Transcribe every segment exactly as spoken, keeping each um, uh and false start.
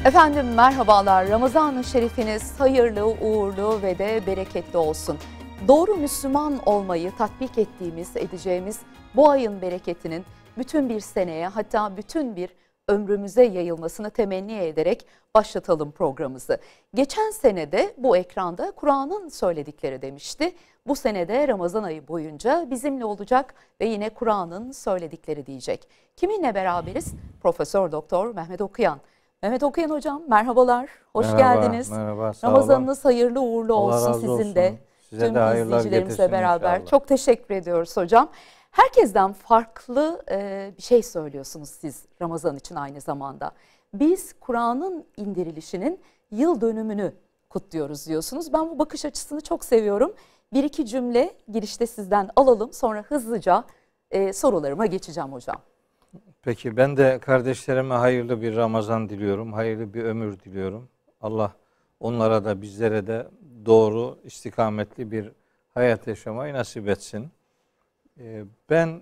Efendim merhabalar. Ramazan-ı Şerifiniz hayırlı, uğurlu ve de bereketli olsun. Doğru Müslüman olmayı tatbik ettiğimiz, edeceğimiz bu ayın bereketinin bütün bir seneye, hatta bütün bir ömrümüze yayılmasını temenni ederek başlatalım programımızı. Geçen senede bu ekranda Kur'an'ın söyledikleri demişti. Bu senede Ramazan ayı boyunca bizimle olacak ve yine Kur'an'ın söyledikleri diyecek. Kiminle beraberiz? Profesör Doktor Mehmet Okuyan. Mehmet Okuyan hocam merhabalar, hoş merhaba, geldiniz. Merhaba, sağ Ramazanınız olun. hayırlı uğurlu Allah olsun razı sizin olsun. de. Size Tüm de hayırlar izleyicilerimizle getirsin beraber. inşallah. Çok teşekkür ediyoruz hocam. Herkesten farklı e, bir şey söylüyorsunuz siz Ramazan için aynı zamanda. Biz Kur'an'ın indirilişinin yıl dönümünü kutluyoruz diyorsunuz. Ben bu bakış açısını çok seviyorum. Bir iki cümle girişte sizden alalım, sonra hızlıca e, sorularıma geçeceğim hocam. Peki ben de kardeşlerime hayırlı bir Ramazan diliyorum. Hayırlı bir ömür diliyorum. Allah onlara da bizlere de doğru, istikametli bir hayat yaşamayı nasip etsin. Ben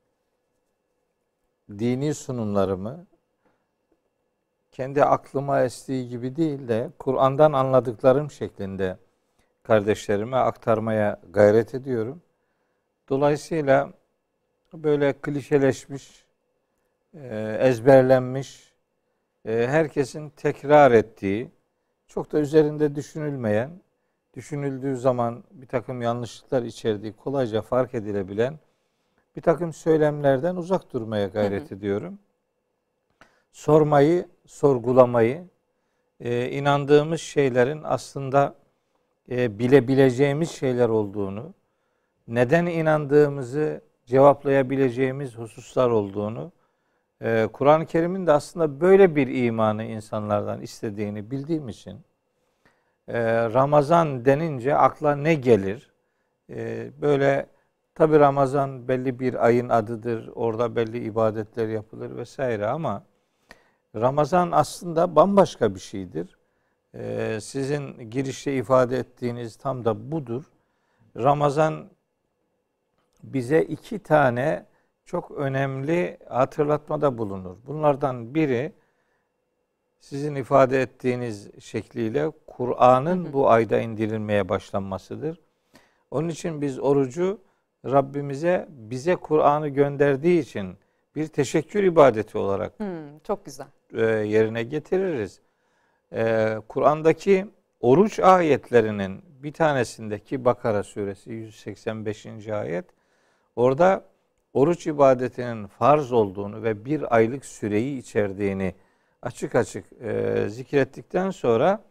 dini sunumlarımı kendi aklıma estiği gibi değil de Kur'an'dan anladıklarım şeklinde kardeşlerime aktarmaya gayret ediyorum. Dolayısıyla böyle klişeleşmiş, ezberlenmiş, herkesin tekrar ettiği, çok da üzerinde düşünülmeyen, düşünüldüğü zaman bir takım yanlışlıklar içerdiği kolayca fark edilebilen bir takım söylemlerden uzak durmaya gayret hı hı. ediyorum. Sormayı, sorgulamayı, inandığımız şeylerin aslında bilebileceğimiz şeyler olduğunu, neden inandığımızı cevaplayabileceğimiz hususlar olduğunu, Ee, Kur'an-ı Kerim'in de aslında böyle bir imanı insanlardan istediğini bildiğim için e, Ramazan denince akla ne gelir? E, böyle tabi Ramazan belli bir ayın adıdır, orada belli ibadetler yapılır vesaire ama Ramazan aslında bambaşka bir şeydir. E, sizin girişte ifade ettiğiniz tam da budur. Ramazan bize iki tane çok önemli hatırlatmada bulunur. Bunlardan biri sizin ifade ettiğiniz şekliyle Kur'an'ın bu ayda indirilmeye başlanmasıdır. Onun için biz orucu Rabbimize bize Kur'an'ı gönderdiği için bir teşekkür ibadeti olarak hmm, çok güzel yerine getiririz. Ee, Kur'an'daki oruç ayetlerinin bir tanesindeki Bakara suresi yüz seksen beşinci ayet, orada oruç ibadetinin farz olduğunu ve bir aylık süreyi içerdiğini açık açık e, zikrettikten sonra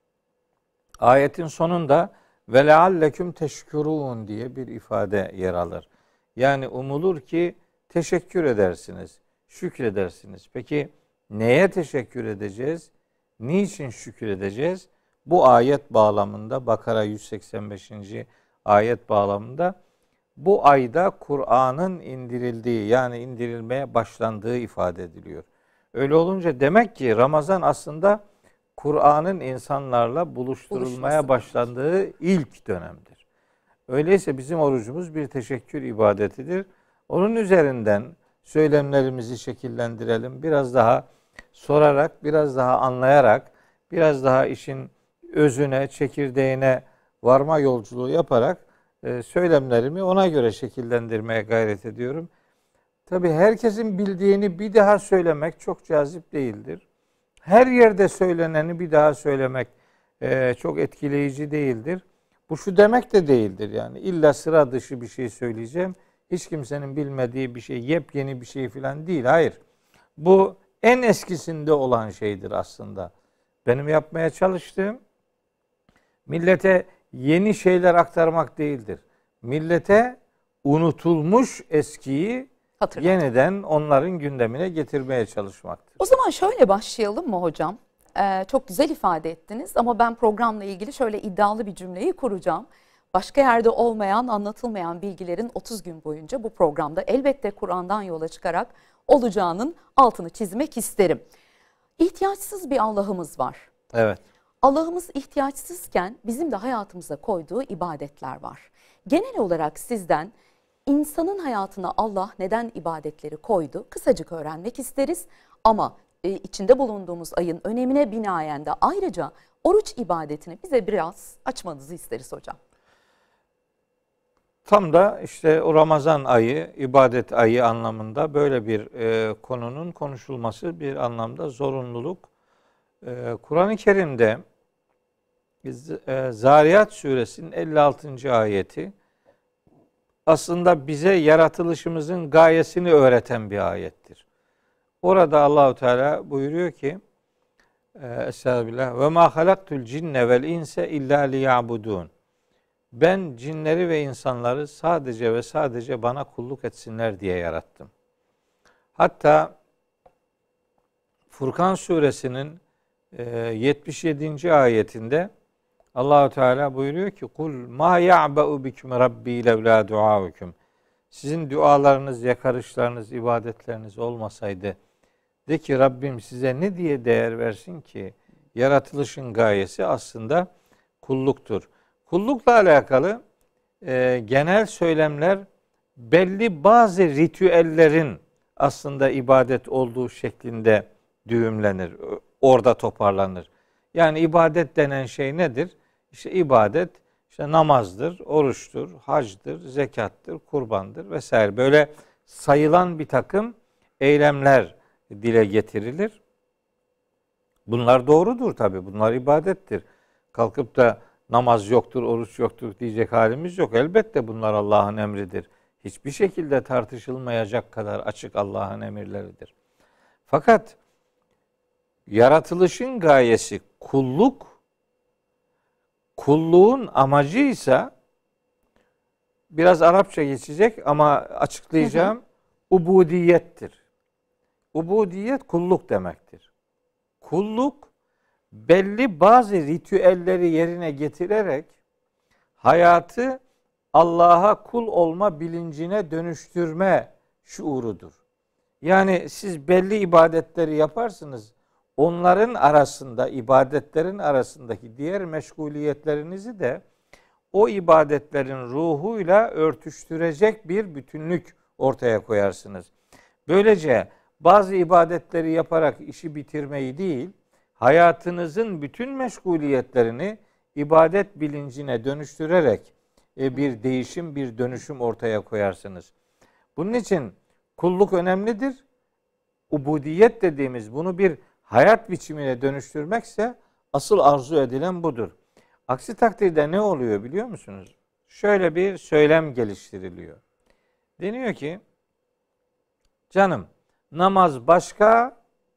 ayetin sonunda ve lealleküm teşkurun diye bir ifade yer alır. Yani umulur ki teşekkür edersiniz, şükredersiniz. Peki neye teşekkür edeceğiz? Niçin şükür edeceğiz? Bu ayet bağlamında, Bakara yüz seksen beşinci ayet bağlamında bu ayda Kur'an'ın indirildiği, yani indirilmeye başlandığı ifade ediliyor. Öyle olunca demek ki Ramazan aslında Kur'an'ın insanlarla buluşturulmaya başlandığı ilk dönemdir. Öyleyse bizim orucumuz bir teşekkür ibadetidir. Onun üzerinden söylemlerimizi şekillendirelim. Biraz daha sorarak, biraz daha anlayarak, biraz daha işin özüne, çekirdeğine varma yolculuğu yaparak söylemlerimi ona göre şekillendirmeye gayret ediyorum. Tabii herkesin bildiğini bir daha söylemek çok cazip değildir. Her yerde söyleneni bir daha söylemek e, çok etkileyici değildir. Bu şu demek de değildir yani illa sıra dışı bir şey söyleyeceğim. Hiç kimsenin bilmediği bir şey, yepyeni bir şey falan değil. Hayır. Bu en eskisinde olan şeydir aslında. Benim yapmaya çalıştığım millete yeni şeyler aktarmak değildir. Millete unutulmuş eskiyi yeniden onların gündemine getirmeye çalışmaktır. O zaman şöyle başlayalım mı hocam? Ee, çok güzel ifade ettiniz ama ben programla ilgili şöyle iddialı bir cümleyi kuracağım. Başka yerde olmayan, anlatılmayan bilgilerin otuz gün boyunca bu programda elbette Kur'an'dan yola çıkarak olacağının altını çizmek isterim. İhtiyaçsız bir Allah'ımız var. Evet. Allah'ımız ihtiyaçsızken bizim de hayatımıza koyduğu ibadetler var. Genel olarak sizden insanın hayatına Allah neden ibadetleri koydu? Kısacık öğrenmek isteriz ama e, içinde bulunduğumuz ayın önemine binaen de ayrıca oruç ibadetini bize biraz açmanızı isteriz hocam. Tam da işte o Ramazan ayı, ibadet ayı anlamında böyle bir e, konunun konuşulması bir anlamda zorunluluk. E, Kur'an-ı Kerim'de e, Zariyat suresinin elli altıncı ayeti aslında bize yaratılışımızın gayesini öğreten bir ayettir. Orada Allahu Teala buyuruyor ki Estağfirullah ve ma halaktul cinne vel inse illa liya'budun. Ben cinleri ve insanları sadece ve sadece bana kulluk etsinler diye yarattım. Hatta Furkan suresinin yetmiş yedinci ayetinde Allahu Teala buyuruyor ki kul ma ya'ba'u bikum rabbi levla duaukum. Sizin dualarınız, yakarışlarınız, ibadetleriniz olmasaydı de ki Rabbim size ne diye değer versin ki? Yaratılışın gayesi aslında kulluktur. Kullukla alakalı e, genel söylemler belli bazı ritüellerin aslında ibadet olduğu şeklinde düğümlenir. Orada toparlanır. Yani ibadet denen şey nedir? İşte ibadet işte namazdır, oruçtur, hacdır, zekattır, kurbandır vesaire. Böyle sayılan bir takım eylemler dile getirilir. Bunlar doğrudur tabii. Bunlar ibadettir. Kalkıp da namaz yoktur, oruç yoktur diyecek halimiz yok. Elbette bunlar Allah'ın emridir. Hiçbir şekilde tartışılmayacak kadar açık Allah'ın emirleridir. Fakat yaratılışın gayesi kulluk, kulluğun amacıysa biraz Arapça geçecek ama açıklayacağım. Hı hı. Ubudiyettir. Ubudiyet kulluk demektir. Kulluk belli bazı ritüelleri yerine getirerek hayatı Allah'a kul olma bilincine dönüştürme şuurudur. Yani siz belli ibadetleri yaparsınız. Onların arasında, ibadetlerin arasındaki diğer meşguliyetlerinizi de o ibadetlerin ruhuyla örtüştürecek bir bütünlük ortaya koyarsınız. Böylece bazı ibadetleri yaparak işi bitirmeyi değil, hayatınızın bütün meşguliyetlerini ibadet bilincine dönüştürerek bir değişim, bir dönüşüm ortaya koyarsınız. Bunun için kulluk önemlidir. Ubudiyet dediğimiz bunu bir hayat biçimine dönüştürmekse asıl arzu edilen budur. Aksi takdirde ne oluyor biliyor musunuz? Şöyle bir söylem geliştiriliyor. Deniyor ki, canım namaz başka,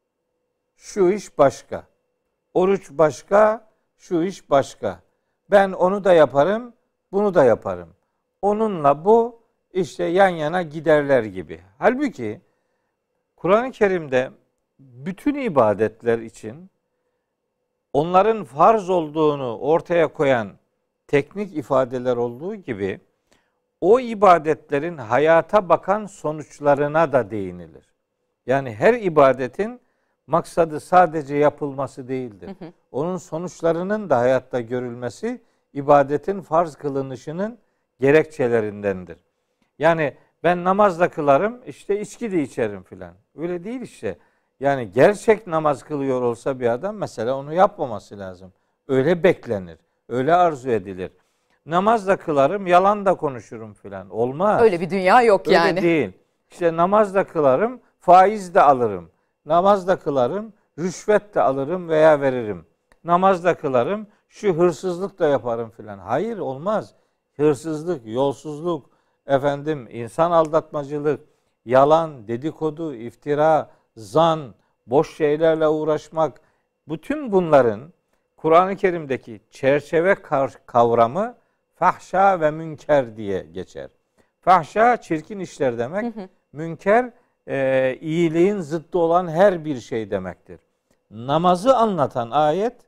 şu iş başka. Oruç başka, şu iş başka. Ben onu da yaparım, bunu da yaparım. Onunla bu işte yan yana giderler gibi. Halbuki Kur'an-ı Kerim'de bütün ibadetler için onların farz olduğunu ortaya koyan teknik ifadeler olduğu gibi o ibadetlerin hayata bakan sonuçlarına da değinilir. Yani her ibadetin maksadı sadece yapılması değildir. Hı hı. Onun sonuçlarının da hayatta görülmesi ibadetin farz kılınışının gerekçelerindendir. Yani ben namaz da kılarım, işte içki de içerim filan. Öyle değil işte. Yani gerçek namaz kılıyor olsa bir adam mesela onu yapmaması lazım. Öyle beklenir. Öyle arzu edilir. Namaz da kılarım, yalan da konuşurum filan. Olmaz. Öyle bir dünya yok Öyle yani. Öyle değil. İşte namaz da kılarım, faiz de alırım. Namaz da kılarım, rüşvet de alırım veya veririm. Namaz da kılarım, şu hırsızlık da yaparım filan. Hayır, olmaz. Hırsızlık, yolsuzluk, efendim insan aldatmacılık, yalan, dedikodu, iftira, zan, boş şeylerle uğraşmak, bütün bunların Kur'an-ı Kerim'deki çerçeve kavramı fahşa ve münker diye geçer. Fahşa çirkin işler demek, hı hı. Münker e, iyiliğin zıttı olan her bir şey demektir. Namazı anlatan ayet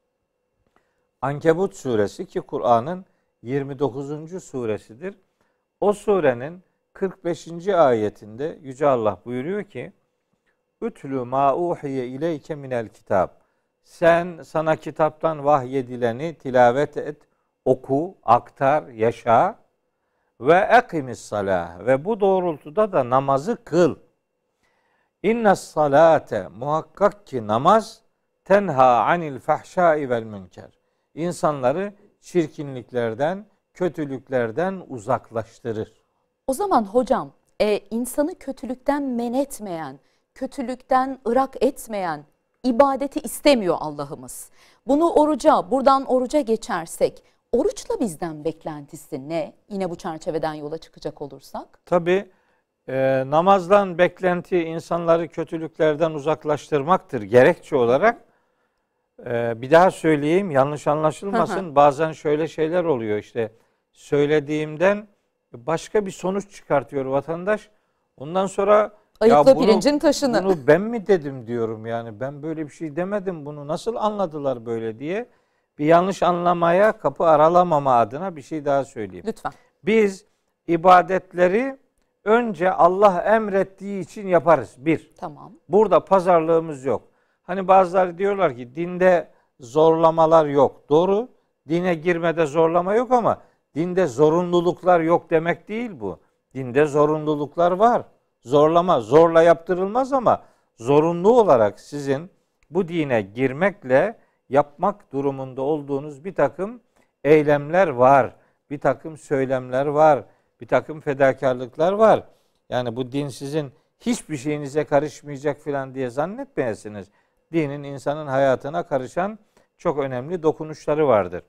Ankebut suresi ki Kur'an'ın yirmi dokuzuncu suresidir. O surenin kırk beşinci ayetinde Yüce Allah buyuruyor ki Ütlü ma uhiye ileyke minel kitab. Sen sana kitaptan vahyedileni tilavet et, oku, aktar, yaşa ve ekimis salah ve bu doğrultuda da namazı kıl. İnne salate, muhakkak ki namaz, tenha anil fahşai vel münker. İnsanları çirkinliklerden, kötülüklerden uzaklaştırır. O zaman hocam e, insanı kötülükten men etmeyen, kötülükten ırak etmeyen ibadeti istemiyor Allah'ımız. Bunu oruca, buradan oruca geçersek, oruçla bizden beklentisi ne? Yine bu çerçeveden yola çıkacak olursak. Tabii e, namazdan beklenti insanları kötülüklerden uzaklaştırmaktır gerekçe olarak. E, bir daha söyleyeyim, yanlış anlaşılmasın. Hı hı. Bazen şöyle şeyler oluyor, işte söylediğimden başka bir sonuç çıkartıyor vatandaş. Ondan sonra ayıkla ya bunu, pirincin taşını. Bunu ben mi dedim diyorum, yani ben böyle bir şey demedim, bunu nasıl anladılar böyle diye bir yanlış anlamaya kapı aralamama adına bir şey daha söyleyeyim. Lütfen. Biz ibadetleri önce Allah emrettiği için yaparız. Bir. Tamam. Burada pazarlığımız yok. Hani bazıları diyorlar ki dinde zorlamalar yok. Doğru. Dine girmede zorlama yok ama dinde zorunluluklar yok demek değil bu. Dinde zorunluluklar var. Zorlama, zorla yaptırılmaz ama zorunlu olarak sizin bu dine girmekle yapmak durumunda olduğunuz bir takım eylemler var. Bir takım söylemler var. Bir takım fedakarlıklar var. Yani bu din sizin hiçbir şeyinize karışmayacak filan diye zannetmeyesiniz. Dinin insanın hayatına karışan çok önemli dokunuşları vardır.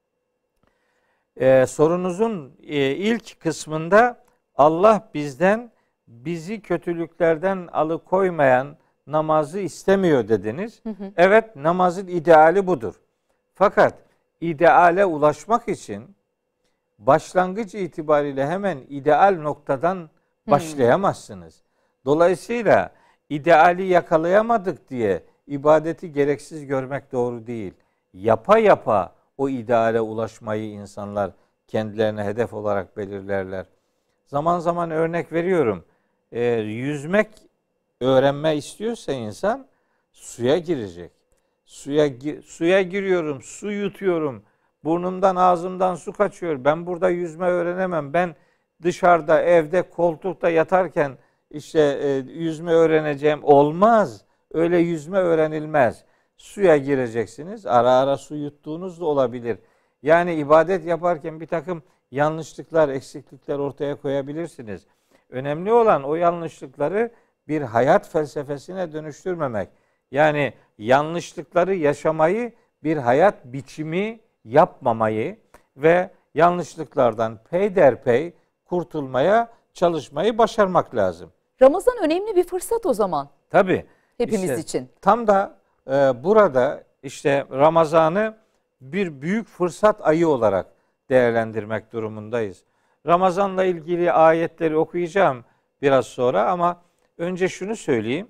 Ee, sorunuzun e, ilk kısmında Allah bizden bizi kötülüklerden alıkoymayan namazı istemiyor dediniz. Hı hı. Evet, namazın ideali budur. Fakat ideale ulaşmak için başlangıç itibariyle hemen ideal noktadan başlayamazsınız. Dolayısıyla ideali yakalayamadık diye ibadeti gereksiz görmek doğru değil. Yapa yapa o ideale ulaşmayı insanlar kendilerine hedef olarak belirlerler. Zaman zaman örnek veriyorum. E, yüzmek öğrenme istiyorsa insan suya girecek. Suya suya giriyorum, su yutuyorum. Burnumdan, ağzımdan su kaçıyor. Ben burada yüzme öğrenemem. Ben dışarıda, evde, koltukta yatarken işte e, yüzme öğreneceğim. Olmaz. Öyle yüzme öğrenilmez. Suya gireceksiniz. Ara ara su yuttuğunuz da olabilir. Yani ibadet yaparken bir takım yanlışlıklar, eksiklikler ortaya koyabilirsiniz. Önemli olan o yanlışlıkları bir hayat felsefesine dönüştürmemek. Yani yanlışlıkları yaşamayı bir hayat biçimi yapmamayı ve yanlışlıklardan peyderpey kurtulmaya çalışmayı başarmak lazım. Ramazan önemli bir fırsat o zaman. Tabii. Hepimiz işte, için. Tam da e, burada işte Ramazan'ı bir büyük fırsat ayı olarak değerlendirmek durumundayız. Ramazan'la ilgili ayetleri okuyacağım biraz sonra ama önce şunu söyleyeyim.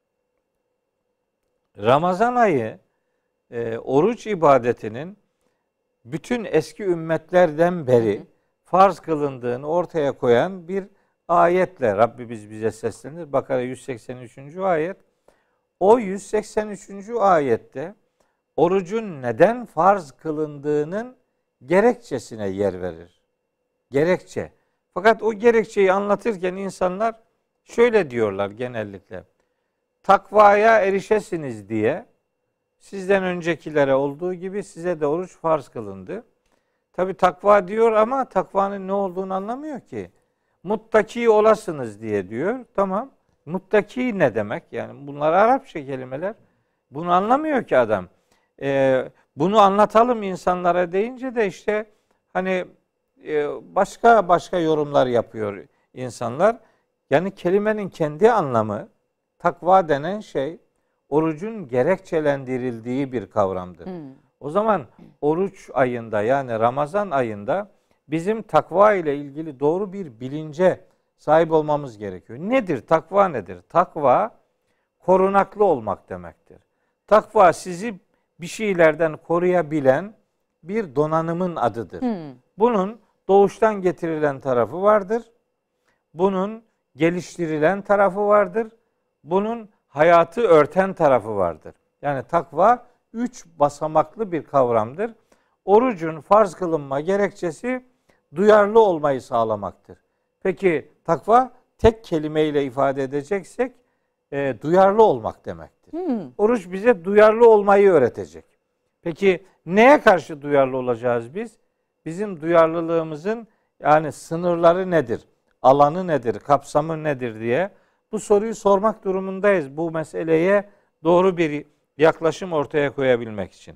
Ramazan ayı e, oruç ibadetinin bütün eski ümmetlerden beri farz kılındığını ortaya koyan bir ayetle Rabbimiz bize seslenir. Bakara yüz seksen üçüncü ayet. O yüz seksen üçüncü ayette orucun neden farz kılındığının gerekçesine yer verir. Gerekçe. Fakat o gerekçeyi anlatırken insanlar şöyle diyorlar genellikle. Takvaya erişesiniz diye sizden öncekilere olduğu gibi size de oruç farz kılındı. Tabi takva diyor ama takvanın ne olduğunu anlamıyor ki. Muttaki olasınız diye diyor. Tamam. Muttaki ne demek? Yani bunlar Arapça kelimeler. Bunu anlamıyor ki adam. Ee, bunu anlatalım insanlara deyince de işte hani e, başka başka yorumlar yapıyor insanlar. Yani kelimenin kendi anlamı, takva denen şey orucun gerekçelendirildiği bir kavramdır. Hmm. O zaman oruç ayında yani Ramazan ayında bizim takva ile ilgili doğru bir bilince sahip olmamız gerekiyor. Nedir? Takva nedir? Takva korunaklı olmak demektir. Takva sizi bir şeylerden koruyabilen bir donanımın adıdır. Hmm. Bunun doğuştan getirilen tarafı vardır. Bunun geliştirilen tarafı vardır. Bunun hayatı örten tarafı vardır. Yani takva üç basamaklı bir kavramdır. Orucun farz kılınma gerekçesi duyarlı olmayı sağlamaktır. Peki takva tek kelimeyle ifade edeceksek e, duyarlı olmak demektir. Hmm. Oruç bize duyarlı olmayı öğretecek. Peki neye karşı duyarlı olacağız biz? Bizim duyarlılığımızın yani sınırları nedir? Alanı nedir? Kapsamı nedir diye bu soruyu sormak durumundayız. Bu meseleye doğru bir yaklaşım ortaya koyabilmek için.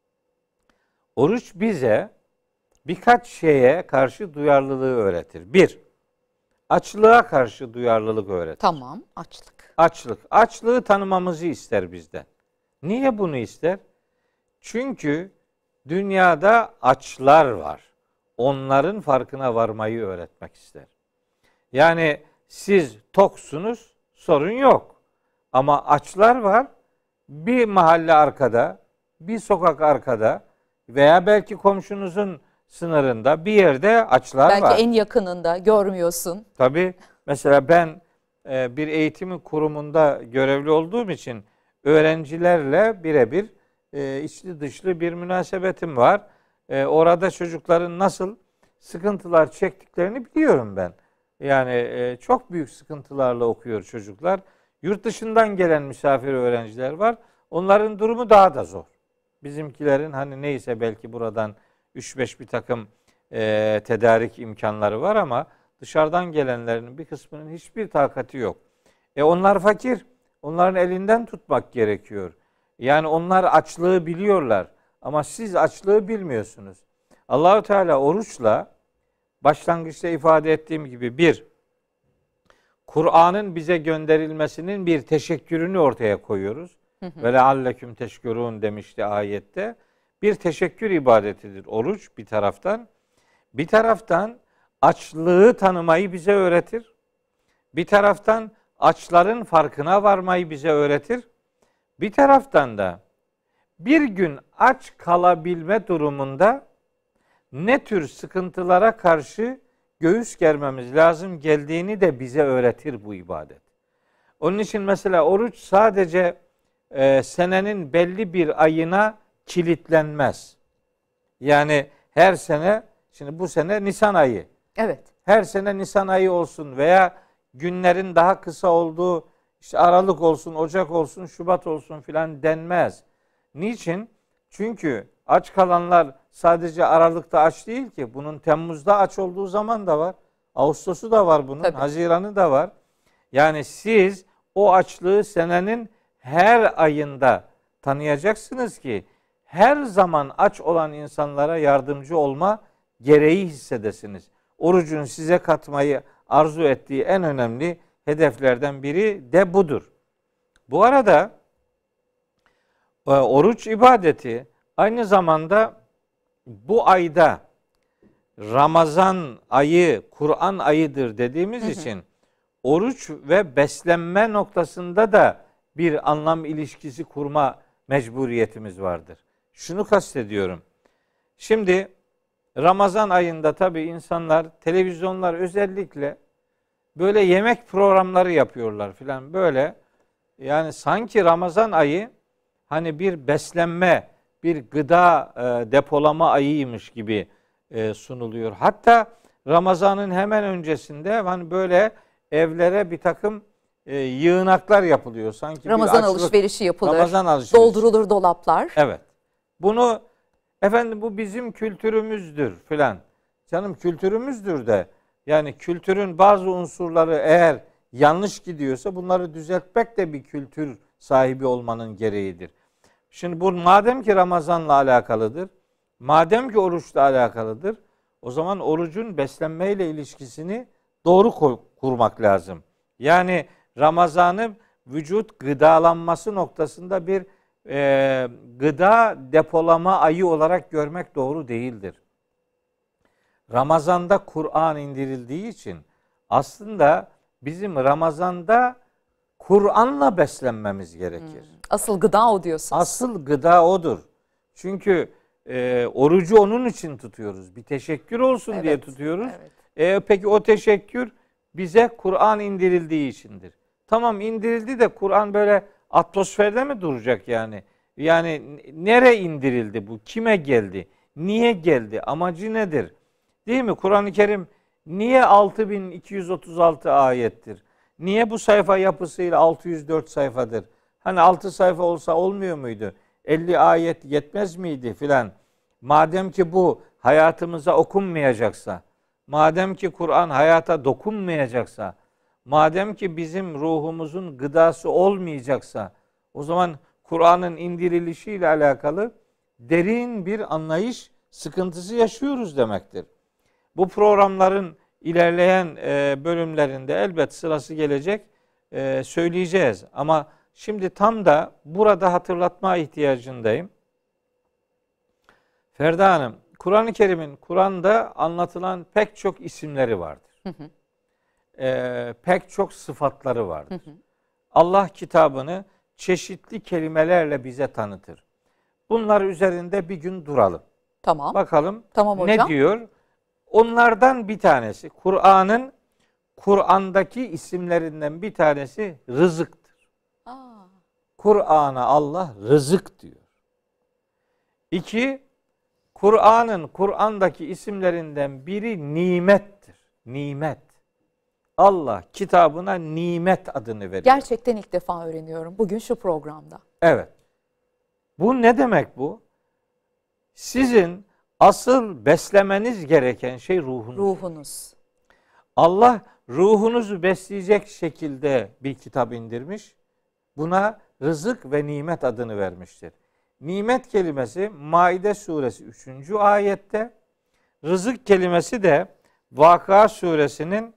Oruç bize birkaç şeye karşı duyarlılığı öğretir. Bir, açlığa karşı duyarlılık öğretir. Tamam, açlık. Açlık. Açlığı tanımamızı ister bizden. Niye bunu ister? Çünkü dünyada açlar var. Onların farkına varmayı öğretmek ister. Yani siz toksunuz, sorun yok. Ama açlar var. Bir mahalle arkada, bir sokak arkada veya belki komşunuzun sınırında bir yerde açlar belki var. Belki en yakınında görmüyorsun. Tabii. Mesela ben e, bir eğitim kurumunda görevli olduğum için öğrencilerle birebir e, içli dışlı bir münasebetim var. E, orada çocukların nasıl sıkıntılar çektiklerini biliyorum ben. Yani e, çok büyük sıkıntılarla okuyor çocuklar. Yurt dışından gelen misafir öğrenciler var. Onların durumu daha da zor. Bizimkilerin hani neyse belki buradan üç beş bir takım e, tedarik imkanları var ama dışarıdan gelenlerin bir kısmının hiçbir takati yok. E onlar fakir. Onların elinden tutmak gerekiyor. Yani onlar açlığı biliyorlar ama siz açlığı bilmiyorsunuz. Allahu Teala oruçla başlangıçta ifade ettiğim gibi bir, Kur'an'ın bize gönderilmesinin bir teşekkürünü ortaya koyuyoruz. Ve lealleküm teşkurun demişti ayette. Bir teşekkür ibadetidir oruç bir taraftan. Bir taraftan açlığı tanımayı bize öğretir. Bir taraftan açların farkına varmayı bize öğretir. Bir taraftan da bir gün aç kalabilme durumunda ne tür sıkıntılara karşı göğüs germemiz lazım geldiğini de bize öğretir bu ibadet. Onun için mesela oruç sadece e, senenin belli bir ayına kilitlenmez. Yani her sene, şimdi bu sene Nisan ayı. Evet. Her sene Nisan ayı olsun veya günlerin daha kısa olduğu işte Aralık olsun, Ocak olsun, Şubat olsun filan denmez. Niçin? Çünkü aç kalanlar sadece Aralık'ta aç değil ki. Bunun Temmuz'da aç olduğu zaman da var. Ağustos'u da var bunun. Tabii. Haziran'ı da var. Yani siz o açlığı senenin her ayında tanıyacaksınız ki her zaman aç olan insanlara yardımcı olma gereği hissedesiniz. Orucun size katmayı arzu ettiği en önemli hedeflerden biri de budur. Bu arada oruç ibadeti aynı zamanda bu ayda Ramazan ayı, Kur'an ayıdır dediğimiz hı hı. için oruç ve beslenme noktasında da bir anlam ilişkisi kurma mecburiyetimiz vardır. Şunu kastediyorum. Şimdi Ramazan ayında tabii insanlar, televizyonlar özellikle böyle yemek programları yapıyorlar filan böyle. Yani sanki Ramazan ayı hani bir beslenme, bir gıda e, depolama ayıymış gibi e, sunuluyor. Hatta Ramazan'ın hemen öncesinde hani böyle evlere bir takım e, yığınaklar yapılıyor. Sanki Ramazan bir açlık, alışverişi yapılır. Ramazan alışverişi. Doldurulur dolaplar. Evet. Bunu efendim bu bizim kültürümüzdür filan. Canım kültürümüzdür de yani kültürün bazı unsurları eğer yanlış gidiyorsa bunları düzeltmek de bir kültür sahibi olmanın gereğidir. Şimdi bu madem ki Ramazan'la alakalıdır, madem ki oruçla alakalıdır, o zaman orucun beslenmeyle ilişkisini doğru kurmak lazım. Yani Ramazan'ın vücut gıdalanması noktasında bir e, gıda depolama ayı olarak görmek doğru değildir. Ramazan'da Kur'an indirildiği için aslında bizim Ramazan'da Kur'an'la beslenmemiz gerekir. Asıl gıda o diyorsunuz. Asıl gıda odur. Çünkü e, orucu onun için tutuyoruz. Bir teşekkür olsun evet, diye tutuyoruz. Evet. E, peki o teşekkür bize Kur'an indirildiği içindir. Tamam indirildi de Kur'an böyle atmosferde mi duracak yani? Yani nereye indirildi bu? Kime geldi? Niye geldi? Amacı nedir? Değil mi? Kur'an-ı Kerim niye altı bin iki yüz otuz altı ayettir? Niye bu sayfa yapısıyla altı yüz dört sayfadır? Hani altı sayfa olsa olmuyor muydu? elli ayet yetmez miydi filan? Madem ki bu hayatımıza okunmayacaksa, madem ki Kur'an hayata dokunmayacaksa, madem ki bizim ruhumuzun gıdası olmayacaksa, o zaman Kur'an'ın indirilişiyle alakalı derin bir anlayış sıkıntısı yaşıyoruz demektir. Bu programların ilerleyen bölümlerinde elbet sırası gelecek, söyleyeceğiz. Ama şimdi tam da burada hatırlatma ihtiyacındayım. Ferda Hanım, Kur'an-ı Kerim'in Kur'an'da anlatılan pek çok isimleri vardır. Hı hı. Ee, pek çok sıfatları vardır. Hı hı. Allah kitabını çeşitli kelimelerle bize tanıtır. Bunlar üzerinde bir gün duralım. Tamam. Bakalım tamam ne diyor? Onlardan bir tanesi, Kur'an'ın Kur'an'daki isimlerinden bir tanesi rızıktır. Kur'an'a Allah rızık diyor. İki, Kur'an'ın Kur'an'daki isimlerinden biri nimettir. Nimet. Allah kitabına nimet adını veriyor. Gerçekten ilk defa öğreniyorum bugün şu programda. Evet. Bu ne demek bu? Sizin asıl beslemeniz gereken şey ruhunuz. Ruhunuz. Allah ruhunuzu besleyecek şekilde bir kitap indirmiş. Buna rızık ve nimet adını vermiştir. Nimet kelimesi Maide suresi üçüncü ayette, rızık kelimesi de Vakıa suresinin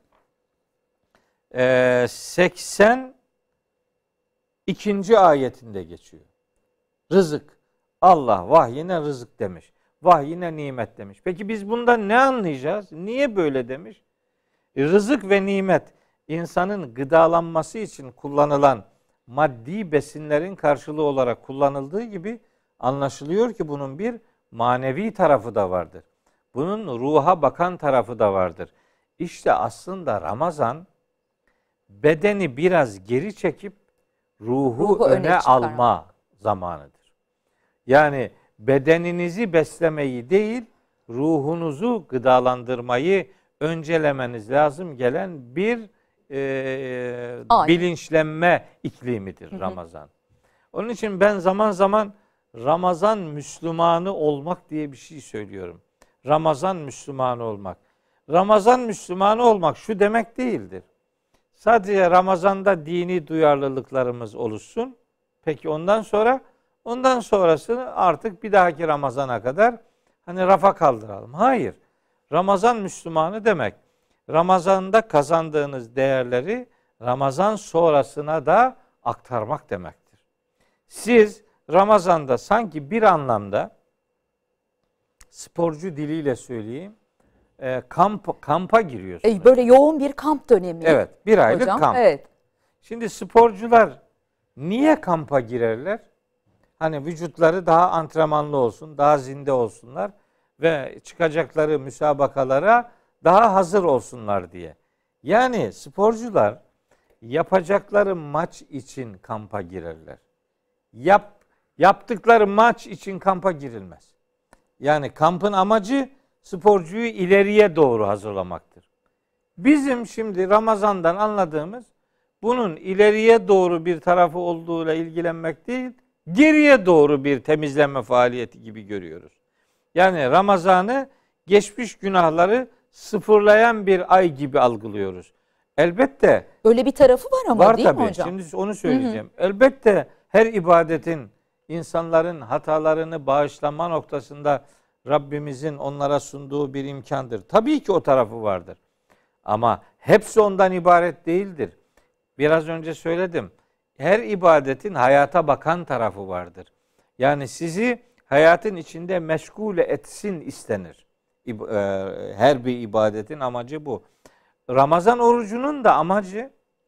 seksen ikinci ayetinde geçiyor. Rızık. Allah vahyine rızık demiş. Vahyine nimet demiş. Peki biz bundan ne anlayacağız? Niye böyle demiş? Rızık ve nimet insanın gıdalanması için kullanılan maddi besinlerin karşılığı olarak kullanıldığı gibi anlaşılıyor ki bunun bir manevi tarafı da vardır. Bunun ruha bakan tarafı da vardır. İşte aslında Ramazan bedeni biraz geri çekip ruhu, ruhu öne, öne alma zamanıdır. Yani bedeninizi beslemeyi değil, ruhunuzu gıdalandırmayı öncelemeniz lazım gelen bir e, bilinçlenme iklimidir hı hı. Ramazan. Onun için ben zaman zaman Ramazan Müslümanı olmak diye bir şey söylüyorum. Ramazan Müslümanı olmak. Ramazan Müslümanı olmak şu demek değildir. Sadece Ramazan'da dini duyarlılıklarımız oluşsun. Peki ondan sonra ondan sonrasını artık bir dahaki Ramazan'a kadar hani rafa kaldıralım. Hayır. Ramazan Müslümanı demek. Ramazan'da kazandığınız değerleri Ramazan sonrasına da aktarmak demektir. Siz Ramazan'da sanki bir anlamda sporcu diliyle söyleyeyim, e, kamp kampa giriyorsunuz. E, böyle yoğun bir kamp dönemi. Evet, bir aylık hocam, kamp. Evet. Şimdi sporcular niye kampa girerler? Hani vücutları daha antrenmanlı olsun, daha zinde olsunlar ve çıkacakları müsabakalara daha hazır olsunlar diye. Yani sporcular yapacakları maç için kampa girerler. Yap, yaptıkları maç için kampa girilmez. Yani kampın amacı sporcuyu ileriye doğru hazırlamaktır. Bizim şimdi Ramazan'dan anladığımız bunun ileriye doğru bir tarafı olduğuyla ilgilenmek değil, geriye doğru bir temizlenme faaliyeti gibi görüyoruz. Yani Ramazan'ı geçmiş günahları sıfırlayan bir ay gibi algılıyoruz. Elbette öyle bir tarafı var ama var değil tabii. mi hocam? Şimdi onu söyleyeceğim. Hı hı. Elbette her ibadetin insanların hatalarını bağışlama noktasında Rabbimizin onlara sunduğu bir imkandır. Tabii ki o tarafı vardır. Ama hepsi ondan ibaret değildir. Biraz önce söyledim. Her ibadetin hayata bakan tarafı vardır. Yani sizi hayatın içinde meşgul etsin istenir. Her bir ibadetin amacı bu. Ramazan orucunun da amacı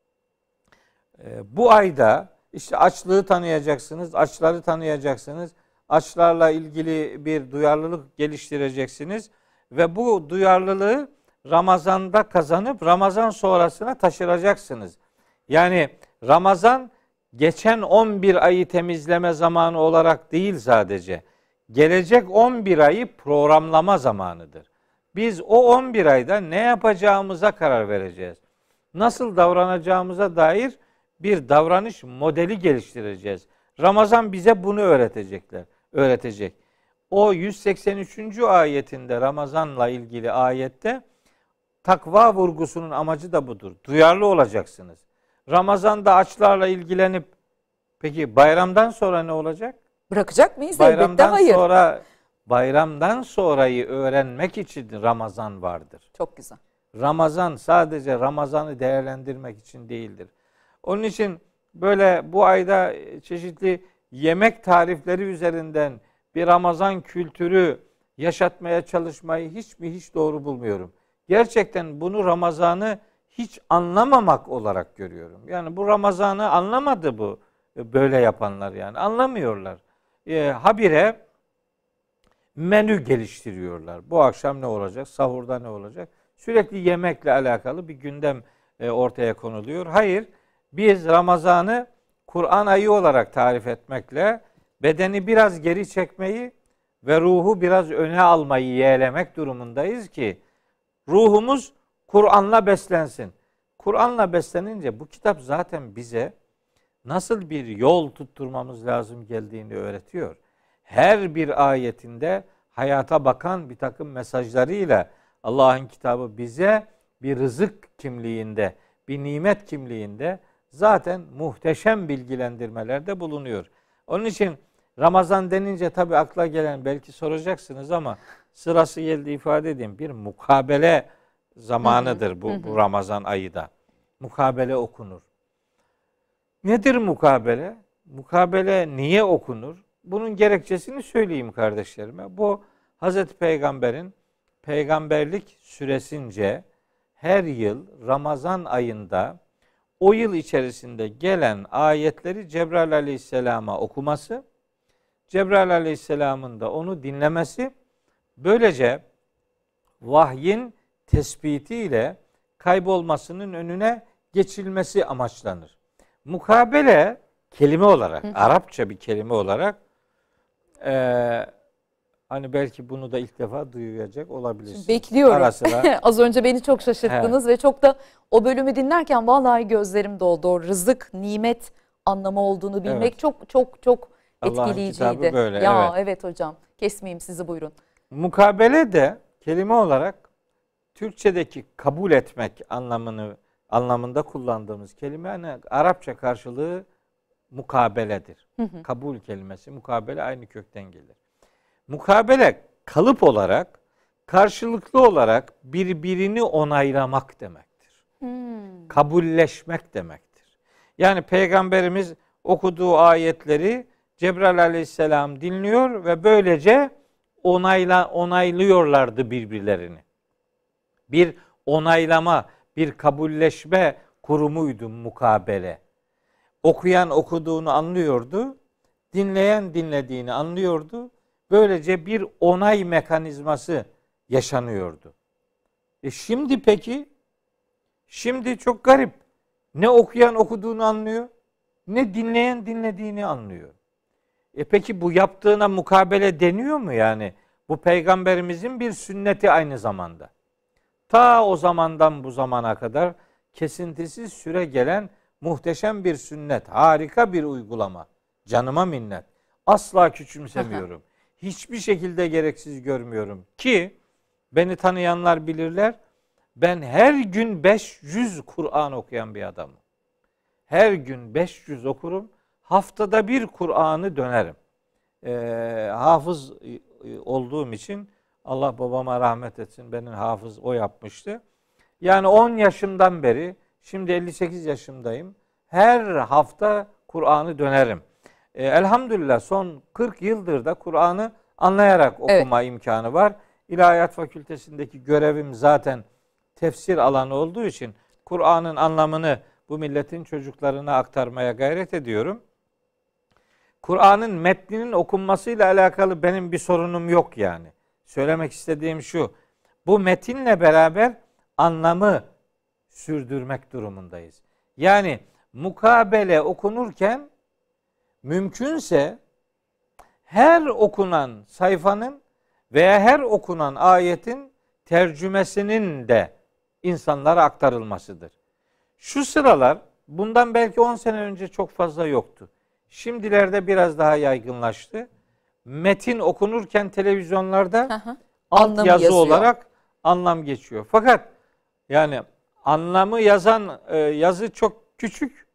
bu ayda işte açlığı tanıyacaksınız, açları tanıyacaksınız. Açlarla ilgili bir duyarlılık geliştireceksiniz ve bu duyarlılığı Ramazan'da kazanıp Ramazan sonrasına taşıracaksınız. Yani Ramazan geçen on bir ayı temizleme zamanı olarak değil sadece. Gelecek on bir ayı programlama zamanıdır. Biz o on bir ayda ne yapacağımıza karar vereceğiz. nasıl davranacağımıza dair bir davranış modeli geliştireceğiz. Ramazan bize bunu öğretecekler, öğretecek. O yüz seksen üçüncü ayetinde, Ramazan'la ilgili ayette, takva vurgusunun amacı da budur. Duyarlı olacaksınız. Ramazan'da açlarla ilgilenip, peki bayramdan sonra ne olacak? Bırakacak mıyız? Bayramdan Elbette hayır. sonra, bayramdan sonrayı öğrenmek için Ramazan vardır. Çok güzel. Ramazan sadece Ramazan'ı değerlendirmek için değildir. Onun için böyle bu ayda çeşitli yemek tarifleri üzerinden bir Ramazan kültürü yaşatmaya çalışmayı hiç mi hiç doğru bulmuyorum. Gerçekten bunu, Ramazan'ı hiç anlamamak olarak görüyorum. Yani bu Ramazan'ı anlamadı bu böyle yapanlar, yani anlamıyorlar. E, habire menü geliştiriyorlar. Bu akşam ne olacak? Sahurda ne olacak? Sürekli yemekle alakalı bir gündem e, ortaya konuluyor. Hayır, biz Ramazan'ı Kur'an ayı olarak tarif etmekle bedeni biraz geri çekmeyi ve ruhu biraz öne almayı yeğlemek durumundayız ki ruhumuz Kur'an'la beslensin. Kur'an'la beslenince bu kitap zaten bize nasıl bir yol tutturmamız lazım geldiğini öğretiyor. Her bir ayetinde hayata bakan bir takım mesajlarıyla Allah'ın kitabı bize bir rızık kimliğinde, bir nimet kimliğinde zaten muhteşem bilgilendirmelerde bulunuyor. Onun için Ramazan denince tabii akla gelen, belki soracaksınız ama sırası geldi ifade edeyim, bir mukabele zamanıdır bu, bu Ramazan ayı da. Mukabele okunur. Nedir mukabele? Mukabele niye okunur? Bunun gerekçesini söyleyeyim kardeşlerime. Bu Hazreti Peygamber'in peygamberlik süresince her yıl Ramazan ayında o yıl içerisinde gelen ayetleri Cebrail Aleyhisselam'a okuması, Cebrail Aleyhisselam'ın da onu dinlemesi, böylece vahyin tespitiyle kaybolmasının önüne geçilmesi amaçlanır. Mukabele kelime olarak, hı hı. Arapça bir kelime olarak e, hani belki bunu da ilk defa duyacak olabilirsiniz. Bekliyorum. Ara sıra. Az önce beni çok şaşırttınız, evet. Ve çok da o bölümü dinlerken vallahi gözlerim doldu. O rızık, nimet anlamı olduğunu bilmek, evet. çok çok çok etkileyiciydi. Allah'ın kitabı böyle. Ya evet. evet hocam. Kesmeyeyim sizi, buyurun. Mukabele de kelime olarak Türkçedeki kabul etmek anlamını anlamında kullandığımız kelime, hani Arapça karşılığı mukabeledir. Hı hı. Kabul kelimesi, mukabele aynı kökten gelir. Mukabele kalıp olarak, karşılıklı olarak birbirini onaylamak demektir. Hmm. Kabulleşmek demektir. Yani Peygamberimiz okuduğu ayetleri Cebrail Aleyhisselam dinliyor ve böylece onayla, onaylıyorlardı birbirlerini. Bir onaylama, bir kabulleşme kurumuydu mukabele. Okuyan okuduğunu anlıyordu, dinleyen dinlediğini anlıyordu. Böylece bir onay mekanizması yaşanıyordu. E şimdi peki, şimdi çok garip. Ne okuyan okuduğunu anlıyor, ne dinleyen dinlediğini anlıyor. E peki bu yaptığına mukabele deniyor mu yani? Bu Peygamberimizin bir sünneti aynı zamanda. Ta o zamandan bu zamana kadar kesintisiz süre gelen muhteşem bir sünnet, harika bir uygulama. Canıma minnet. Asla küçümsemiyorum. Hiçbir şekilde gereksiz görmüyorum ki beni tanıyanlar bilirler. Ben her gün beş yüz Kur'an okuyan bir adamım. Her gün beş yüz okurum. Haftada bir Kur'an'ı dönerim. Ee, hafız olduğum için Allah babama rahmet etsin. Benim hafız o yapmıştı. Yani on yaşımdan beri, şimdi elli sekiz yaşındayım. Her hafta Kur'an'ı dönerim. Ee, elhamdülillah son kırk yıldır da Kur'an'ı anlayarak okuma evet. imkanı var. İlahiyat Fakültesindeki görevim zaten tefsir alanı olduğu için Kur'an'ın anlamını bu milletin çocuklarına aktarmaya gayret ediyorum. Kur'an'ın metninin okunmasıyla alakalı benim bir sorunum yok yani. Söylemek istediğim şu, bu metinle beraber anlamı sürdürmek durumundayız. Yani mukabele okunurken mümkünse her okunan sayfanın veya her okunan ayetin tercümesinin de insanlara aktarılmasıdır. Şu sıralar bundan belki on sene önce çok fazla yoktu. Şimdilerde biraz daha yaygınlaştı. Metin okunurken televizyonlarda Hı hı. alt Anlamı yazı yazıyor. olarak anlam geçiyor. Fakat yani anlamı yazan e, yazı çok küçük.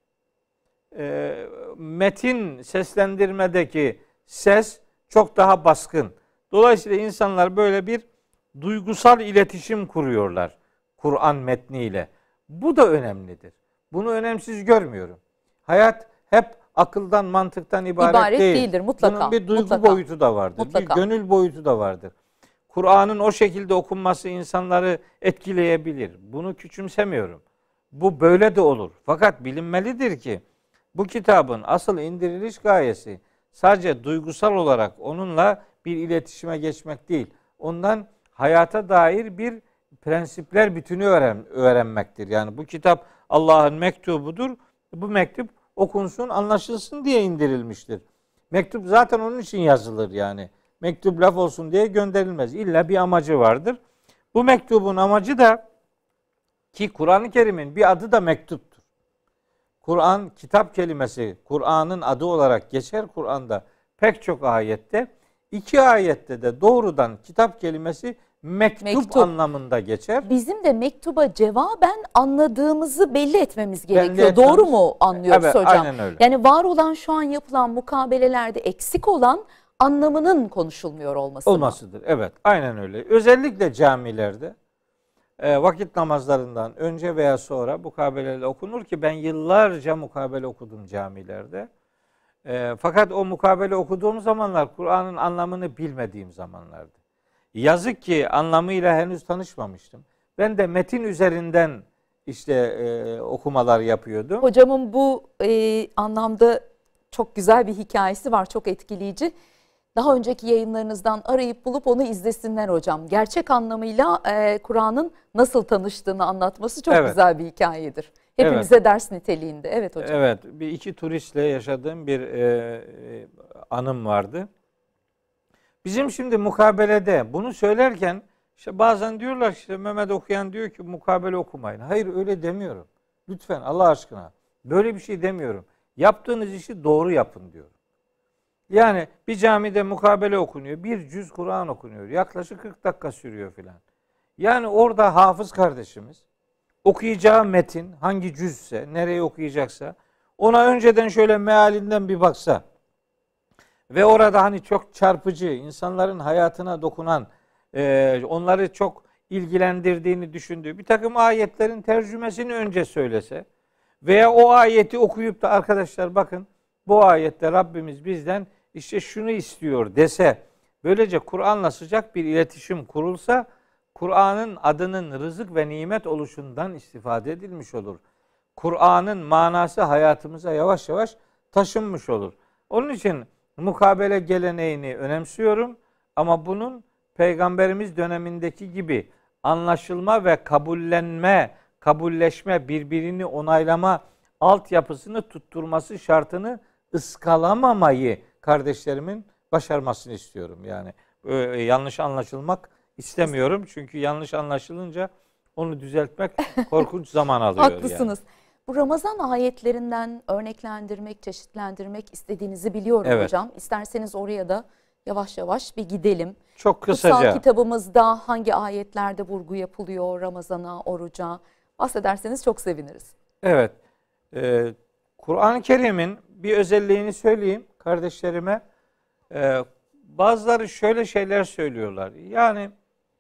E, metin seslendirmedeki ses çok daha baskın. Dolayısıyla insanlar böyle bir duygusal iletişim kuruyorlar Kur'an metniyle. Bu da önemlidir. Bunu önemsiz görmüyorum. Hayat hep akıldan, mantıktan ibaret, İbaret değil. değildir mutlaka. Bunun bir duygu mutlaka. boyutu da vardır. Mutlaka. Bir gönül boyutu da vardır. Kur'an'ın o şekilde okunması insanları etkileyebilir. Bunu küçümsemiyorum. Bu böyle de olur. Fakat bilinmelidir ki bu kitabın asıl indiriliş gayesi sadece duygusal olarak onunla bir iletişime geçmek değil. Ondan hayata dair bir prensipler bütünü öğren, öğrenmektir. Yani bu kitap Allah'ın mektubudur. Bu mektup okunsun, anlaşılsın diye indirilmiştir. Mektup zaten onun için yazılır yani. Mektup laf olsun diye gönderilmez. İlla bir amacı vardır. Bu mektubun amacı da, ki Kur'an-ı Kerim'in bir adı da mektuptur. Kur'an, kitap kelimesi Kur'an'ın adı olarak geçer Kur'an'da pek çok ayette. İki ayette de doğrudan kitap kelimesi mektup, mektup anlamında geçer. Bizim de mektuba cevaben anladığımızı belli etmemiz gerekiyor. Belli Doğru mu anlıyoruz evet, hocam? Aynen öyle. Yani var olan, şu an yapılan mukabelelerde eksik olan anlamının konuşulmuyor olması olmasıdır. mı? Evet, aynen öyle. Özellikle camilerde e, vakit namazlarından önce veya sonra mukabeleler okunur ki ben yıllarca mukabele okudum camilerde. E, fakat o mukabele okuduğum zamanlar Kur'an'ın anlamını bilmediğim zamanlardı. Yazık ki anlamıyla henüz tanışmamıştım. Ben de metin üzerinden işte e, okumalar yapıyordum. Hocamın bu e, anlamda çok güzel bir hikayesi var, çok etkileyici. Daha önceki yayınlarınızdan arayıp bulup onu izlesinler hocam. Gerçek anlamıyla e, Kur'an'ın nasıl tanıştığını anlatması çok evet. güzel bir hikayedir. Hepimize evet. ders niteliğinde. Evet hocam. Evet, bir iki turistle yaşadığım bir e, e, anım vardı. Bizim şimdi mukabelede bunu söylerken işte bazen diyorlar, işte Mehmet okuyan diyor ki mukabele okumayın. Hayır, öyle demiyorum. Lütfen Allah aşkına. Böyle bir şey demiyorum. Yaptığınız işi doğru yapın diyorum. Yani bir camide mukabele okunuyor. Bir cüz Kur'an okunuyor. Yaklaşık kırk dakika sürüyor filan. Yani orada hafız kardeşimiz okuyacağı metin hangi cüzse, nereye okuyacaksa ona önceden şöyle mealinden bir baksa ve orada hani çok çarpıcı, insanların hayatına dokunan, e, onları çok ilgilendirdiğini düşündüğü bir takım ayetlerin tercümesini önce söylese veya o ayeti okuyup da arkadaşlar bakın bu ayette Rabbimiz bizden işte şunu istiyor dese, böylece Kur'an'la sıcak bir iletişim kurulsa, Kur'an'ın adının rızık ve nimet oluşundan istifade edilmiş olur. Kur'an'ın manası hayatımıza yavaş yavaş taşınmış olur. Onun için mukabele geleneğini önemsiyorum ama bunun Peygamberimiz dönemindeki gibi anlaşılma ve kabullenme, kabulleşme, birbirini onaylama altyapısını tutturması şartını ıskalamamayı kardeşlerimin başarmasını istiyorum. Yani e, yanlış anlaşılmak istemiyorum. Çünkü yanlış anlaşılınca onu düzeltmek korkunç zaman alıyor. Haklısınız. Yani. Bu Ramazan ayetlerinden örneklendirmek, çeşitlendirmek istediğinizi biliyorum evet. hocam. İsterseniz oraya da yavaş yavaş bir gidelim. Çok kısaca. Kutsal kitabımızda hangi ayetlerde vurgu yapılıyor Ramazan'a, oruca bahsederseniz çok seviniriz. Evet. Ee, Kur'an-ı Kerim'in bir özelliğini söyleyeyim kardeşlerime. Ee, bazıları şöyle şeyler söylüyorlar. Yani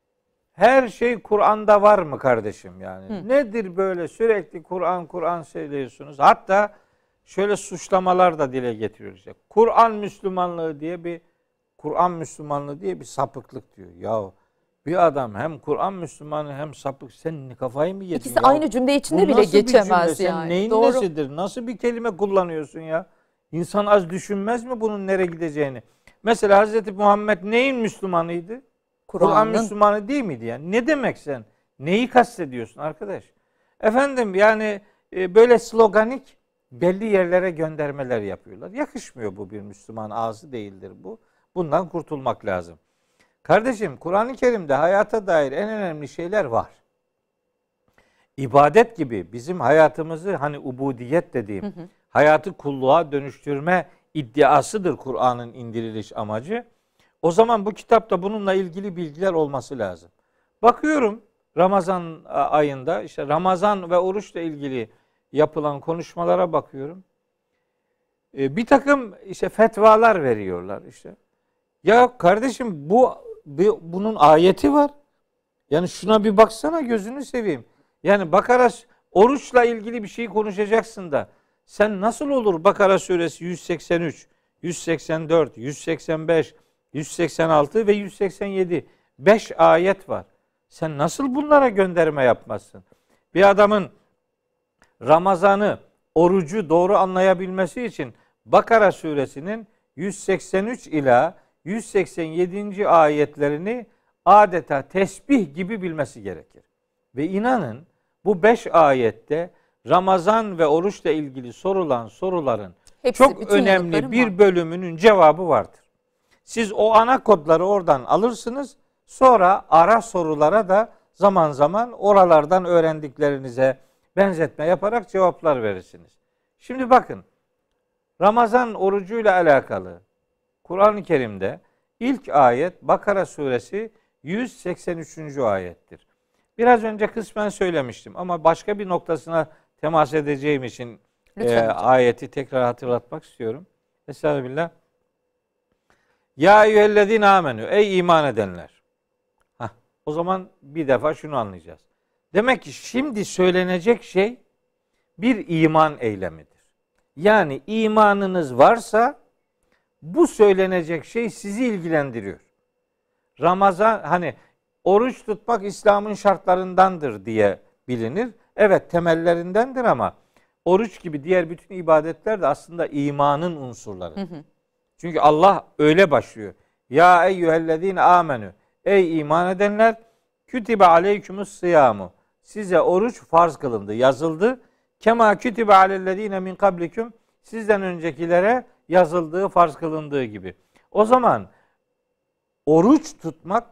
her şey Kur'an'da var mı kardeşim yani? Hı. Nedir böyle sürekli Kur'an Kur'an söylüyorsunuz? Hatta şöyle suçlamalar da dile getiriyor işte. Kur'an Müslümanlığı diye bir Kur'an Müslümanlığı diye bir sapıklık diyor. Ya bir adam hem Kur'an Müslümanı hem sapık, sen kafayı mı yedin? İkisi ya? aynı cümle içinde bu bile geçemez cümle? yani. Sen neyin Doğru. nesidir? Nasıl bir kelime kullanıyorsun ya? İnsan az düşünmez mi bunun nereye gideceğini? Mesela Hazreti Muhammed neyin Müslümanıydı? Kur'an Müslümanı değil miydi yani? Ne demek sen? Neyi kastediyorsun arkadaş? Efendim yani e, böyle sloganik belli yerlere göndermeler yapıyorlar. Yakışmıyor, bu bir Müslüman ağzı değildir bu. Bundan kurtulmak lazım. Kardeşim, Kur'an-ı Kerim'de hayata dair en önemli şeyler var. ibadet gibi bizim hayatımızı hani ubudiyet dediğim hı hı. hayatı kulluğa dönüştürme iddiasıdır Kur'an'ın indiriliş amacı. O zaman bu kitapta bununla ilgili bilgiler olması lazım. Bakıyorum Ramazan ayında işte Ramazan ve oruçla ilgili yapılan konuşmalara bakıyorum. Ee, bir takım işte fetvalar veriyorlar işte. Ya kardeşim bu, bu bunun ayeti var. Yani şuna bir baksana gözünü seveyim. Yani Bakara oruçla ilgili bir şey konuşacaksın da sen nasıl olur Bakara suresi yüz seksen üç, yüz seksen dört, yüz seksen beş, yüz seksen altı ve yüz seksen yedi beş ayet var. Sen nasıl bunlara gönderme yapmazsın? Bir adamın Ramazan'ı, orucu doğru anlayabilmesi için Bakara suresinin yüz seksen üç ila yüz seksen yedinci ayetlerini adeta tesbih gibi bilmesi gerekir. Ve inanın bu beş ayette Ramazan ve oruçla ilgili sorulan soruların hepsi, çok önemli bir var. Bölümünün cevabı vardır. Siz o ana kodları oradan alırsınız, sonra ara sorulara da zaman zaman oralardan öğrendiklerinize benzetme yaparak cevaplar verirsiniz. Şimdi bakın, Ramazan orucuyla alakalı Kur'an-ı Kerim'de ilk ayet Bakara suresi yüz seksen üçüncü ayettir. Biraz önce kısmen söylemiştim ama başka bir noktasına temas edeceğim için e, ayeti tekrar hatırlatmak istiyorum. Estağfirullah. Ya eyyühellezine amenü, ey iman edenler. Hah, o zaman bir defa şunu anlayacağız. Demek ki şimdi söylenecek şey bir iman eylemidir. Yani imanınız varsa bu söylenecek şey sizi ilgilendiriyor. Ramazan hani oruç tutmak İslam'ın şartlarındandır diye bilinir. Evet, temellerindendir ama oruç gibi diğer bütün ibadetler de aslında imanın unsurları. Hı hı. Çünkü Allah öyle başlıyor. Ya eyyühellezine amenü. Ey iman edenler, kütibe aleykümüs sıyamu. Size oruç farz kılındı, yazıldı. Kema kütibe alellezine min kablikum. Sizden öncekilere yazıldığı, farz kılındığı gibi. O zaman oruç tutmak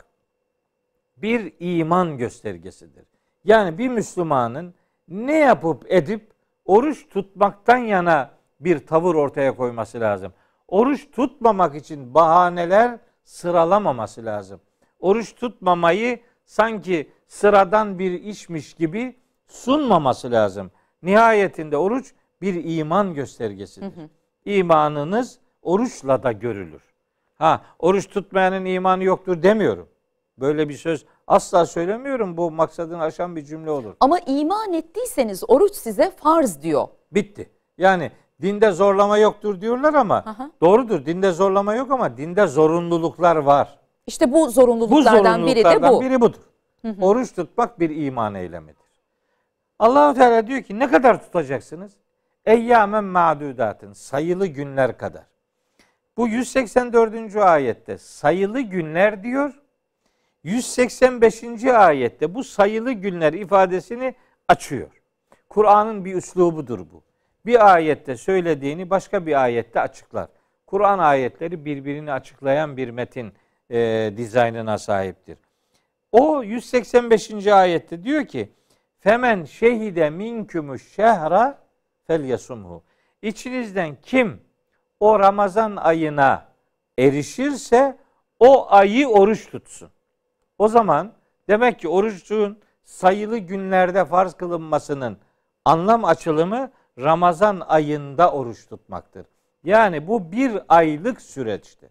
bir iman göstergesidir. Yani bir Müslümanın ne yapıp edip oruç tutmaktan yana bir tavır ortaya koyması lazım. Oruç tutmamak için bahaneler sıralamaması lazım. Oruç tutmamayı sanki sıradan bir işmiş gibi sunmaması lazım. Nihayetinde oruç bir iman göstergesidir. Hı hı. İmanınız oruçla da görülür. Ha, oruç tutmayanın imanı yoktur demiyorum. Böyle bir söz asla söylemiyorum. Bu maksadını aşan bir cümle olur. Ama iman ettiyseniz oruç size farz diyor. Bitti. Yani dinde zorlama yoktur diyorlar ama aha, doğrudur. Dinde zorlama yok ama dinde zorunluluklar var. İşte bu zorunluluklardan, bu zorunluluklardan biri de bu. biri budur. Hı hı. Oruç tutmak bir iman eylemidir. Allah-u Teala diyor ki ne kadar tutacaksınız? Eyyâmen ma'dudatın, sayılı günler kadar. Bu yüz seksen dördüncü ayette sayılı günler diyor. yüz seksen beşinci ayette bu sayılı günler ifadesini açıyor. Kur'an'ın bir üslubudur bu. Bir ayette söylediğini başka bir ayette açıklar. Kur'an ayetleri birbirini açıklayan bir metin e, dizaynına sahiptir. O yüz seksen beşinci ayette diyor ki Femen şehide minkümüş şehra felyasumhu. İçinizden kim o Ramazan ayına erişirse o ayı oruç tutsun. O zaman demek ki orucun sayılı günlerde farz kılınmasının anlam açılımı Ramazan ayında oruç tutmaktır. Yani bu bir aylık süreçti.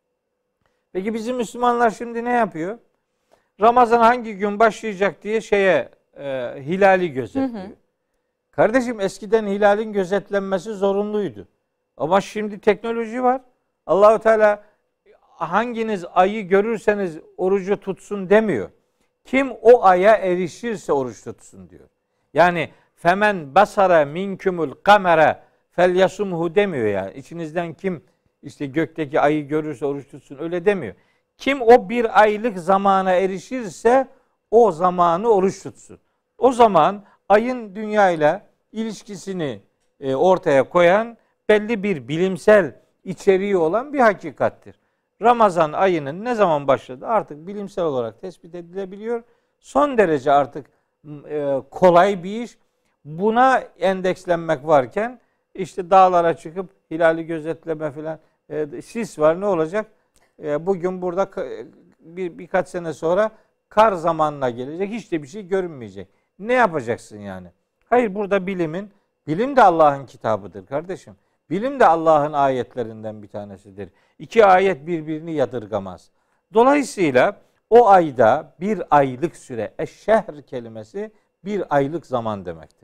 Peki bizim Müslümanlar şimdi ne yapıyor? Ramazan hangi gün başlayacak diye şeye e, hilali gözetliyor. Hı hı. Kardeşim eskiden hilalin gözetlenmesi zorunluydu. Ama şimdi teknoloji var. Allah-u Teala hanginiz ayı görürseniz orucu tutsun demiyor. Kim o aya erişirse oruç tutsun diyor. Yani femen basara minkumul kamera felyasumhu demiyor yani. İçinizden kim işte gökteki ayı görürse oruç tutsun öyle demiyor. Kim o bir aylık zamana erişirse o zamanı oruç tutsun. O zaman ayın dünyayla ilişkisini e, ortaya koyan belli bir bilimsel içeriği olan bir hakikattir. Ramazan ayının ne zaman başladı artık bilimsel olarak tespit edilebiliyor. Son derece artık e, kolay bir iş. Buna endekslenmek varken işte dağlara çıkıp hilali gözetleme filan, e, sis var, ne olacak? E, bugün burada bir birkaç sene sonra kar zamanına gelecek. Hiç de bir şey görünmeyecek. Ne yapacaksın yani? Hayır, burada bilimin, bilim de Allah'ın kitabıdır kardeşim. Bilim de Allah'ın ayetlerinden bir tanesidir. İki ayet birbirini yadırgamaz. Dolayısıyla o ayda bir aylık süre, eşşehr kelimesi bir aylık zaman demektir.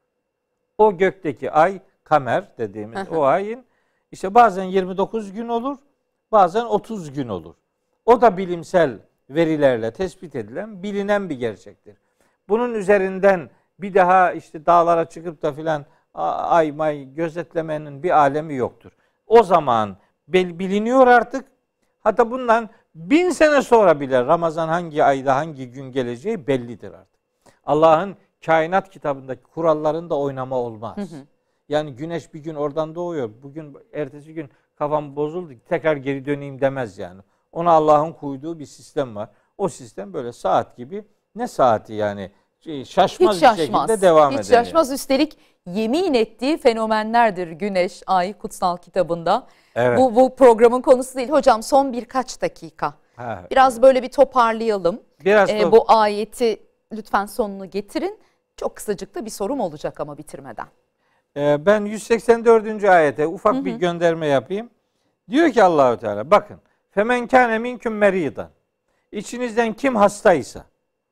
O gökteki ay, kamer dediğimiz o ayın işte bazen yirmi dokuz gün olur, bazen otuz gün olur. O da bilimsel verilerle tespit edilen, bilinen bir gerçektir. Bunun üzerinden bir daha işte dağlara çıkıp da filan ay may gözetlemenin bir alemi yoktur. O zaman biliniyor artık. Hatta bundan bin sene sonra bile Ramazan hangi ayda hangi gün geleceği bellidir artık. Allah'ın kainat kitabındaki kurallarında oynama olmaz. Hı hı. Yani güneş bir gün oradan doğuyor. Bugün ertesi gün kafam bozuldu, tekrar geri döneyim demez yani. Ona Allah'ın koyduğu bir sistem var. O sistem böyle saat gibi, ne saati yani, şaşmaz, hiç bir şaşmaz. şekilde devam eder. Hiç şaşmaz. Yani. Üstelik yemin ettiği fenomenlerdir güneş, ay kutsal kitabında. Evet. Bu, bu programın konusu değil. Hocam son birkaç dakika. Ha, Biraz evet. böyle bir toparlayalım. Biraz ee, top- bu ayeti lütfen sonunu getirin. Çok kısacık da bir sorum olacak ama bitirmeden. Ee, ben yüz seksen dördüncü ayete ufak hı hı. bir gönderme yapayım. Diyor ki Allahu Teala, bakın. Femen kâne minküm merîdan. İçinizden kim hastaysa,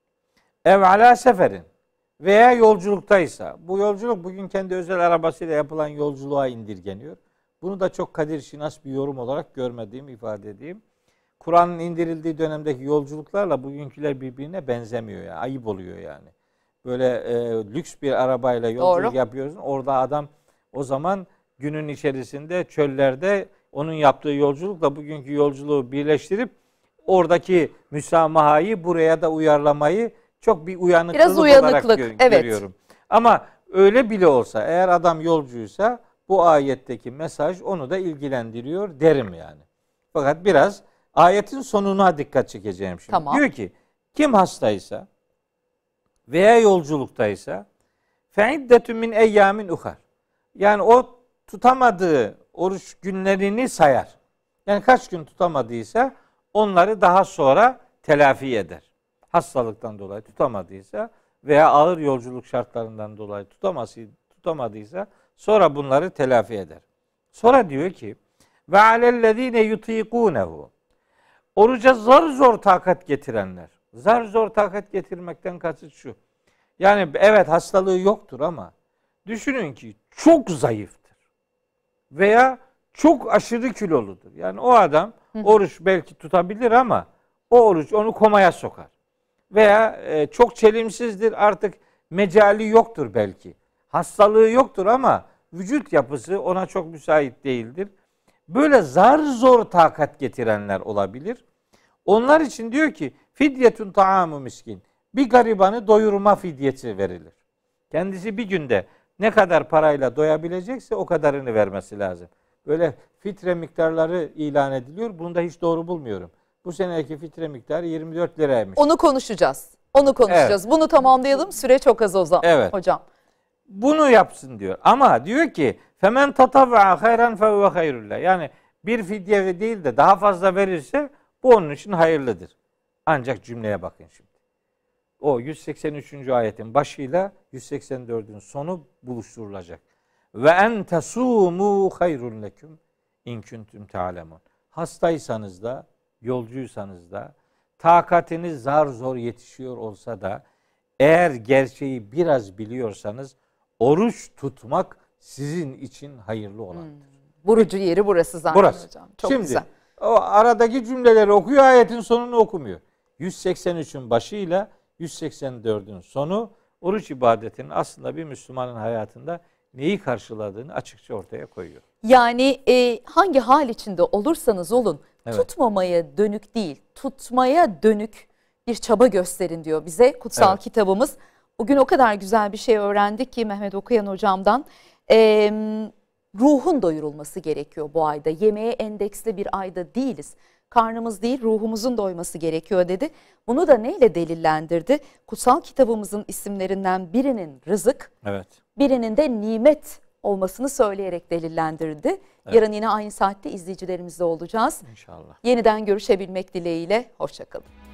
ev alâ seferin, veya yolculuktaysa, bu yolculuk bugün kendi özel arabasıyla yapılan yolculuğa indirgeniyor. Bunu da çok kadir şinas bir yorum olarak görmediğim, ifade edeyim. Kur'an'ın indirildiği dönemdeki yolculuklarla bugünküler birbirine benzemiyor yani. Ayıp oluyor yani. Böyle e, lüks bir arabayla yolculuk Doğru. yapıyorsun. Orada adam o zaman günün içerisinde çöllerde onun yaptığı yolculukla bugünkü yolculuğu birleştirip oradaki müsamahayı buraya da uyarlamayı çok bir uyanıklık, Biraz uyanıklık olarak gö- evet. görüyorum. Ama öyle bile olsa, eğer adam yolcuysa bu ayetteki mesaj onu da ilgilendiriyor derim yani. Fakat biraz ayetin sonuna dikkat çekeceğim şimdi. Tamam. Diyor ki kim hastaysa veya yolculuktaysa feiddetun min eyyamin uhar. Yani o tutamadığı oruç günlerini sayar. Yani kaç gün tutamadıysa onları daha sonra telafi eder. Hastalıktan dolayı tutamadıysa veya ağır yolculuk şartlarından dolayı tutaması, tutamadıysa sonra bunları telafi eder. Sonra diyor ki ve alellezine yutikunehu. Oruca zar zor takat getirenler. Zar zor takat getirmekten kasıt şu. Yani evet hastalığı yoktur ama düşünün ki çok zayıftır. Veya çok aşırı kiloludur. Yani o adam oruç belki tutabilir ama o oruç onu komaya sokar. Veya e, çok çelimsizdir, artık mecali yoktur belki. Hastalığı yoktur ama vücut yapısı ona çok müsait değildir. Böyle zar zor takat getirenler olabilir. Onlar için diyor ki fidyetun taamu miskin. Bir garibanı doyurma fidyesi verilir. Kendisi bir günde ne kadar parayla doyabilecekse o kadarını vermesi lazım. Böyle fitre miktarları ilan ediliyor. Bunu da hiç doğru bulmuyorum. Bu seneki fitre miktarı yirmi dört liraymış. Onu konuşacağız. Onu konuşacağız. Evet. Bunu tamamlayalım. Süre çok az o zaman evet. hocam. Bunu yapsın diyor. Ama diyor ki femen tatavva hayran fehuve hayrullah. Yani bir fidye değil de daha fazla verirse bu onun için hayırlıdır. Ancak cümleye bakın şimdi. O yüz seksen üçüncü ayetin başıyla yüz seksen dördün sonu buluşturulacak. Ve en tesumu hayrun leküm in kuntum ta'lemun. Hastaysanız da, yolcuysanız da, takatiniz zar zor yetişiyor olsa da, eğer gerçeği biraz biliyorsanız oruç tutmak sizin için hayırlı olandır. Hmm. Vurucu yeri burası zaten burası. Hocam. Çok Şimdi, güzel. O aradaki cümleleri okuyor, ayetin sonunu okumuyor. yüz seksen üçün başıyla yüz seksen dördün sonu oruç ibadetinin aslında bir Müslümanın hayatında neyi karşıladığını açıkça ortaya koyuyor. Yani e, hangi hal içinde olursanız olun evet. tutmamaya dönük değil, tutmaya dönük bir çaba gösterin diyor bize kutsal evet. kitabımız. Bugün o kadar güzel bir şey öğrendik ki Mehmet Okuyan hocamdan. E, ruhun doyurulması gerekiyor bu ayda. Yemeğe endeksli bir ayda değiliz. Karnımız değil, ruhumuzun doyması gerekiyor dedi. Bunu da neyle delillendirdi? Kutsal kitabımızın isimlerinden birinin rızık, Evet. birinin de nimet olmasını söyleyerek delillendirdi. Evet. Yarın yine aynı saatte izleyicilerimizle olacağız. İnşallah. Yeniden görüşebilmek dileğiyle. Hoşça kalın.